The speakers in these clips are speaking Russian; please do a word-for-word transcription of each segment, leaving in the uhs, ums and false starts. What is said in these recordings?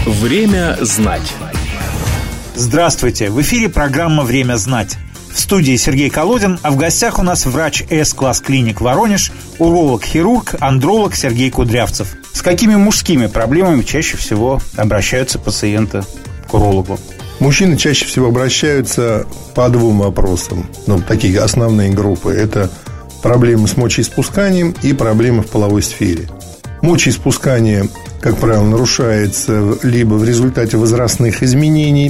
Время знать. Здравствуйте, в эфире программа «Время знать». В студии Сергей Колодин, а в гостях у нас врач С-класс клиник Воронеж, уролог-хирург, андролог Сергей Кудрявцев. С какими мужскими проблемами чаще всего обращаются пациенты к урологу? Мужчины чаще всего обращаются по двум вопросам. Ну, такие основные группы. Это проблемы с мочеиспусканием и проблемы в половой сфере. Мочеиспускание, как правило, нарушается либо в результате возрастных изменений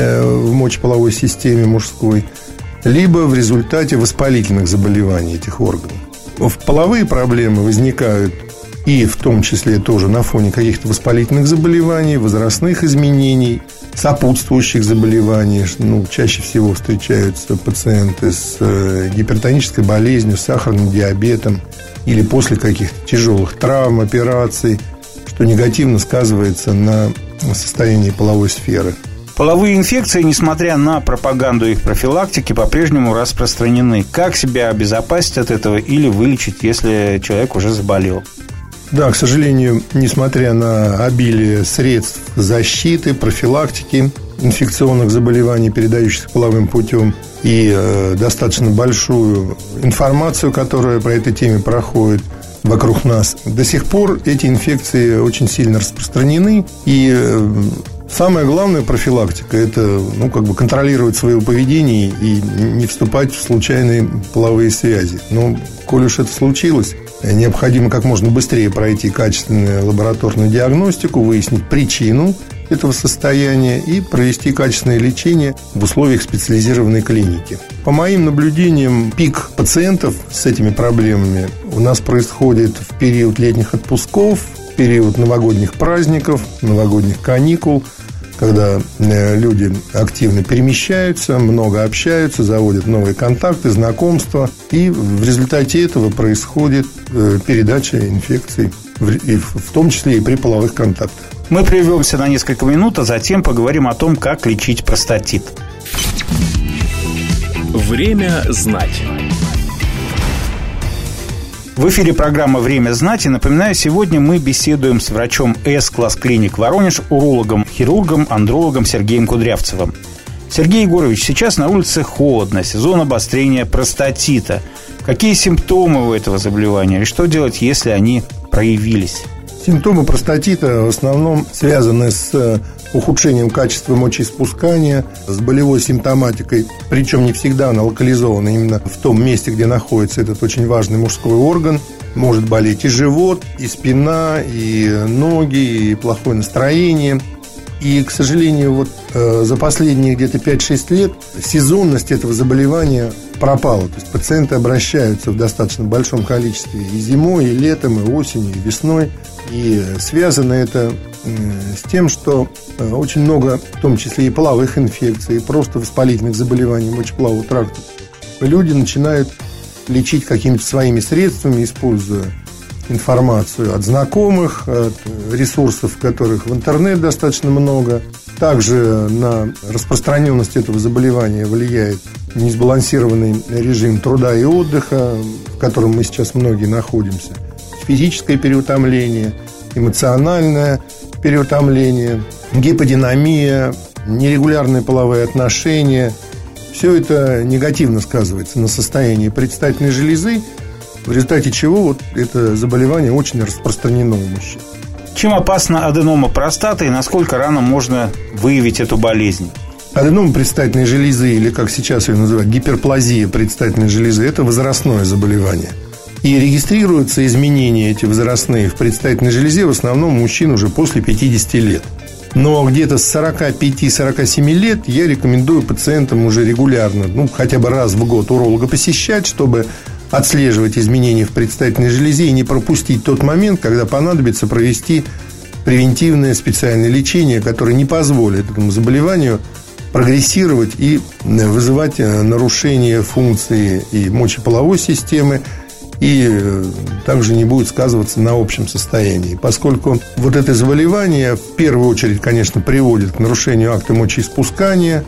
в мочеполовой системе мужской, либо в результате воспалительных заболеваний этих органов. Половые проблемы возникают и в том числе тоже на фоне каких-то воспалительных заболеваний, возрастных изменений, сопутствующих заболеваний. Ну, чаще всего встречаются пациенты с гипертонической болезнью, с сахарным диабетом или после каких-то тяжелых травм, операций, что негативно сказывается на состоянии половой сферы. Половые инфекции, несмотря на пропаганду их профилактики, по-прежнему распространены. Как себя обезопасить от этого или вылечить, если человек уже заболел? Да, к сожалению, несмотря на обилие средств защиты, профилактики инфекционных заболеваний, передающихся половым путем, и э, достаточно большую информацию, которая по этой теме проходит вокруг нас, до сих пор эти инфекции очень сильно распространены. И э, самое главное профилактика – это ну, как бы контролировать свое поведение и не вступать в случайные половые связи. Но, коль уж это случилось, необходимо как можно быстрее пройти качественную лабораторную диагностику, выяснить причину этого состояния и провести качественное лечение в условиях специализированной клиники. По моим наблюдениям, пик пациентов с этими проблемами у нас происходит в период летних отпусков, в период новогодних праздников, новогодних каникул, когда люди активно перемещаются, много общаются, заводят новые контакты, знакомства. И в результате этого происходит передача инфекций, в том числе и при половых контактах. Мы прервемся на несколько минут, а затем поговорим о том, как лечить простатит. Время знать. В эфире программа «Время знать». И напоминаю, сегодня мы беседуем с врачом С-класс клиник Воронеж, урологом, хирургом, андрологом Сергеем Кудрявцевым. Сергей Егорович, сейчас на улице холодно, сезон обострения простатита. Какие симптомы у этого заболевания и что делать, если они проявились? Симптомы простатита в основном связаны с ухудшением качества мочеиспускания, с болевой симптоматикой, причем не всегда она локализована именно в том месте, где находится этот очень важный мужской орган. Может болеть и живот, и спина, и ноги, и плохое настроение. И, к сожалению, вот э, за последние где-то пять-шесть лет сезонность этого заболевания пропала. То есть пациенты обращаются в достаточно большом количестве и зимой, и летом, и осенью, и весной. И связано это э, с тем, что э, очень много, в том числе и половых инфекций, и просто воспалительных заболеваний мочеполового тракта, люди начинают лечить какими-то своими средствами, используя информацию от знакомых, от ресурсов, которых в интернет достаточно много. Также на распространенность этого заболевания влияет несбалансированный режим труда и отдыха, в котором мы сейчас многие находимся. Физическое переутомление, эмоциональное переутомление, гиподинамия, нерегулярные половые отношения. Все это негативно сказывается на состоянии предстательной железы, в результате чего вот это заболевание очень распространено у мужчин. Чем опасна аденома простаты и насколько рано можно выявить эту болезнь? Аденома предстательной железы, или как сейчас ее называют, гиперплазия предстательной железы, это возрастное заболевание. И регистрируются изменения эти возрастные в предстательной железе в основном у мужчин уже после пятидесяти лет. Но где-то с сорока пяти - сорока семи лет я рекомендую пациентам уже регулярно, ну, хотя бы раз в год уролога посещать, чтобы отслеживать изменения в предстательной железе и не пропустить тот момент, когда понадобится провести превентивное специальное лечение, которое не позволит этому заболеванию прогрессировать и вызывать нарушение функции и мочеполовой системы, и также не будет сказываться на общем состоянии. Поскольку вот это заболевание в первую очередь, конечно, приводит к нарушению акта мочеиспускания.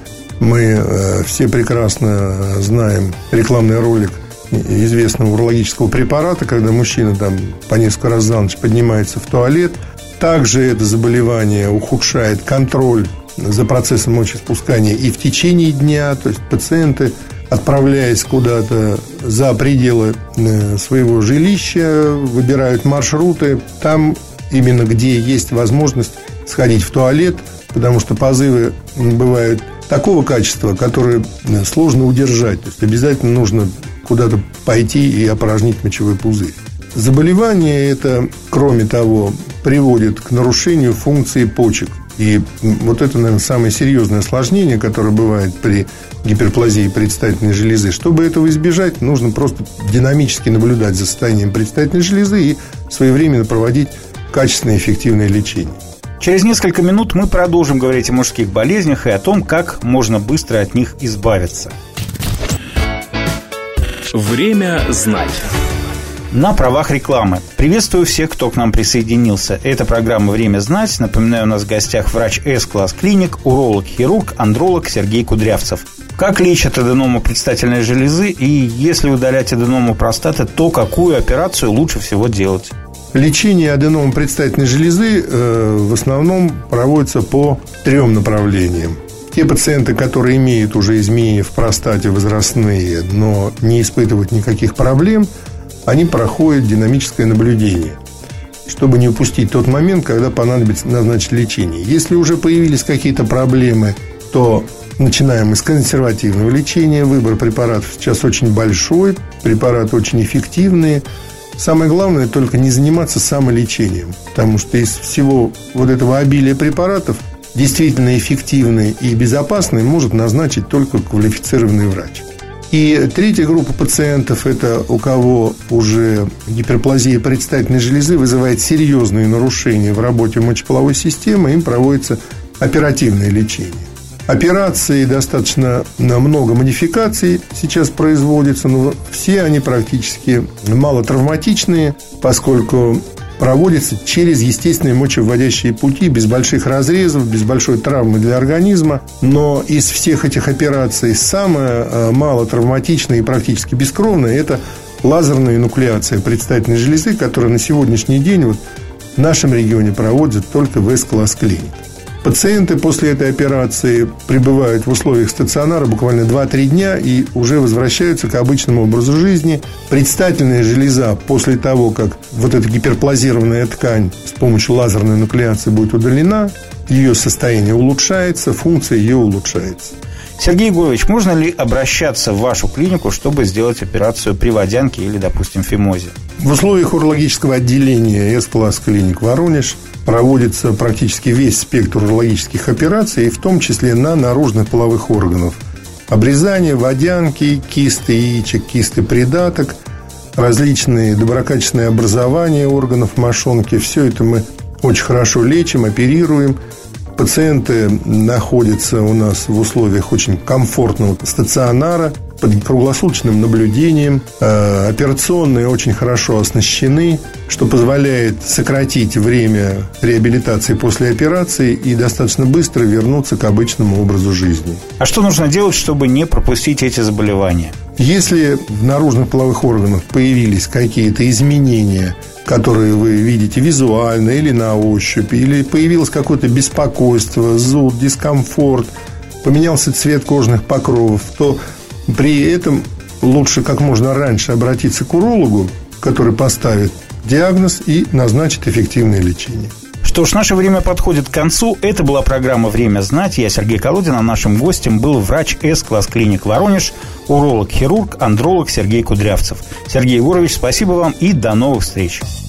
Мы все прекрасно знаем рекламный ролик известного урологического препарата, когда мужчина там по несколько раз за ночь поднимается в туалет, Также это заболевание ухудшает контроль за процессом мочеиспускания и в течение дня. То есть пациенты, отправляясь куда-то за пределы своего жилища, выбирают маршруты там, именно где есть возможность сходить в туалет, потому что позывы бывают такого качества, которые сложно удержать. То есть обязательно нужно куда-то пойти и опорожнить мочевой пузырь. Заболевание это, кроме того, приводит к нарушению функции почек. И вот это, наверное, самое серьезное осложнение, которое бывает при гиперплазии предстательной железы. Чтобы этого избежать, нужно просто динамически наблюдать за состоянием предстательной железы и своевременно проводить качественное и эффективное лечение. Через несколько минут мы продолжим говорить о мужских болезнях и о том, как можно быстро от них избавиться. Время знать. На правах рекламы. Приветствую всех, кто к нам присоединился. Это программа «Время знать». Напоминаю, у нас в гостях врач С-класс клиник, уролог-хирург, андролог Сергей Кудрявцев. Как лечат аденому предстательной железы, и если удалять аденому простаты, то какую операцию лучше всего делать? Лечение аденомы предстательной железы э, в основном проводится по трем направлениям. Те пациенты, которые имеют уже изменения в простате возрастные, но не испытывают никаких проблем, они проходят динамическое наблюдение, чтобы не упустить тот момент, когда понадобится назначить лечение. Если уже появились какие-то проблемы, то начинаем мы с консервативного лечения. Выбор препаратов сейчас очень большой, препараты очень эффективные. Самое главное только не заниматься самолечением, потому что из всего вот этого обилия препаратов действительно эффективный и безопасный может назначить только квалифицированный врач. И третья группа пациентов – это у кого уже гиперплазия предстательной железы вызывает серьезные нарушения в работе мочеполовой системы, им проводится оперативное лечение. Операции достаточно много модификаций сейчас производится, но все они практически малотравматичные, поскольку проводятся через естественные мочевыводящие пути, без больших разрезов, без большой травмы для организма. Но из всех этих операций самая малотравматичная и практически бескровная – это лазерная энуклеация предстательной железы, которая на сегодняшний день вот в нашем регионе проводится только в С-класс клиник. Пациенты после этой операции пребывают в условиях стационара буквально два-три дня и уже возвращаются к обычному образу жизни. Предстательная железа после того, как вот эта гиперплазированная ткань с помощью лазерной нуклеации будет удалена, ее состояние улучшается, функция ее улучшается. Сергей Егорович, можно ли обращаться в вашу клинику, чтобы сделать операцию при водянке или, допустим, фимозе? В условиях урологического отделения С-класс клиник Воронеж проводится практически весь спектр урологических операций, в том числе на наружных половых органах. Обрезание, водянки, кисты яичек, кисты придаток, различные доброкачественные образования органов мошонки. Все это мы очень хорошо лечим, оперируем. Пациенты находятся у нас в условиях очень комфортного стационара, под круглосуточным наблюдением. Операционные очень хорошо оснащены, что позволяет сократить время реабилитации после операции и достаточно быстро вернуться к обычному образу жизни. А что нужно делать, чтобы не пропустить эти заболевания? Если в наружных половых органах появились какие-то изменения, которые вы видите визуально или на ощупь, или появилось какое-то беспокойство, зуд, дискомфорт, поменялся цвет кожных покровов, то при этом лучше как можно раньше обратиться к урологу, который поставит диагноз и назначит эффективное лечение. Что ж, наше время подходит к концу. Это была программа «Время знать». Я Сергей Колодин, а нашим гостем был врач С-класс клиник Воронеж, уролог-хирург, андролог Сергей Кудрявцев. Сергей Егорович, спасибо вам и до новых встреч.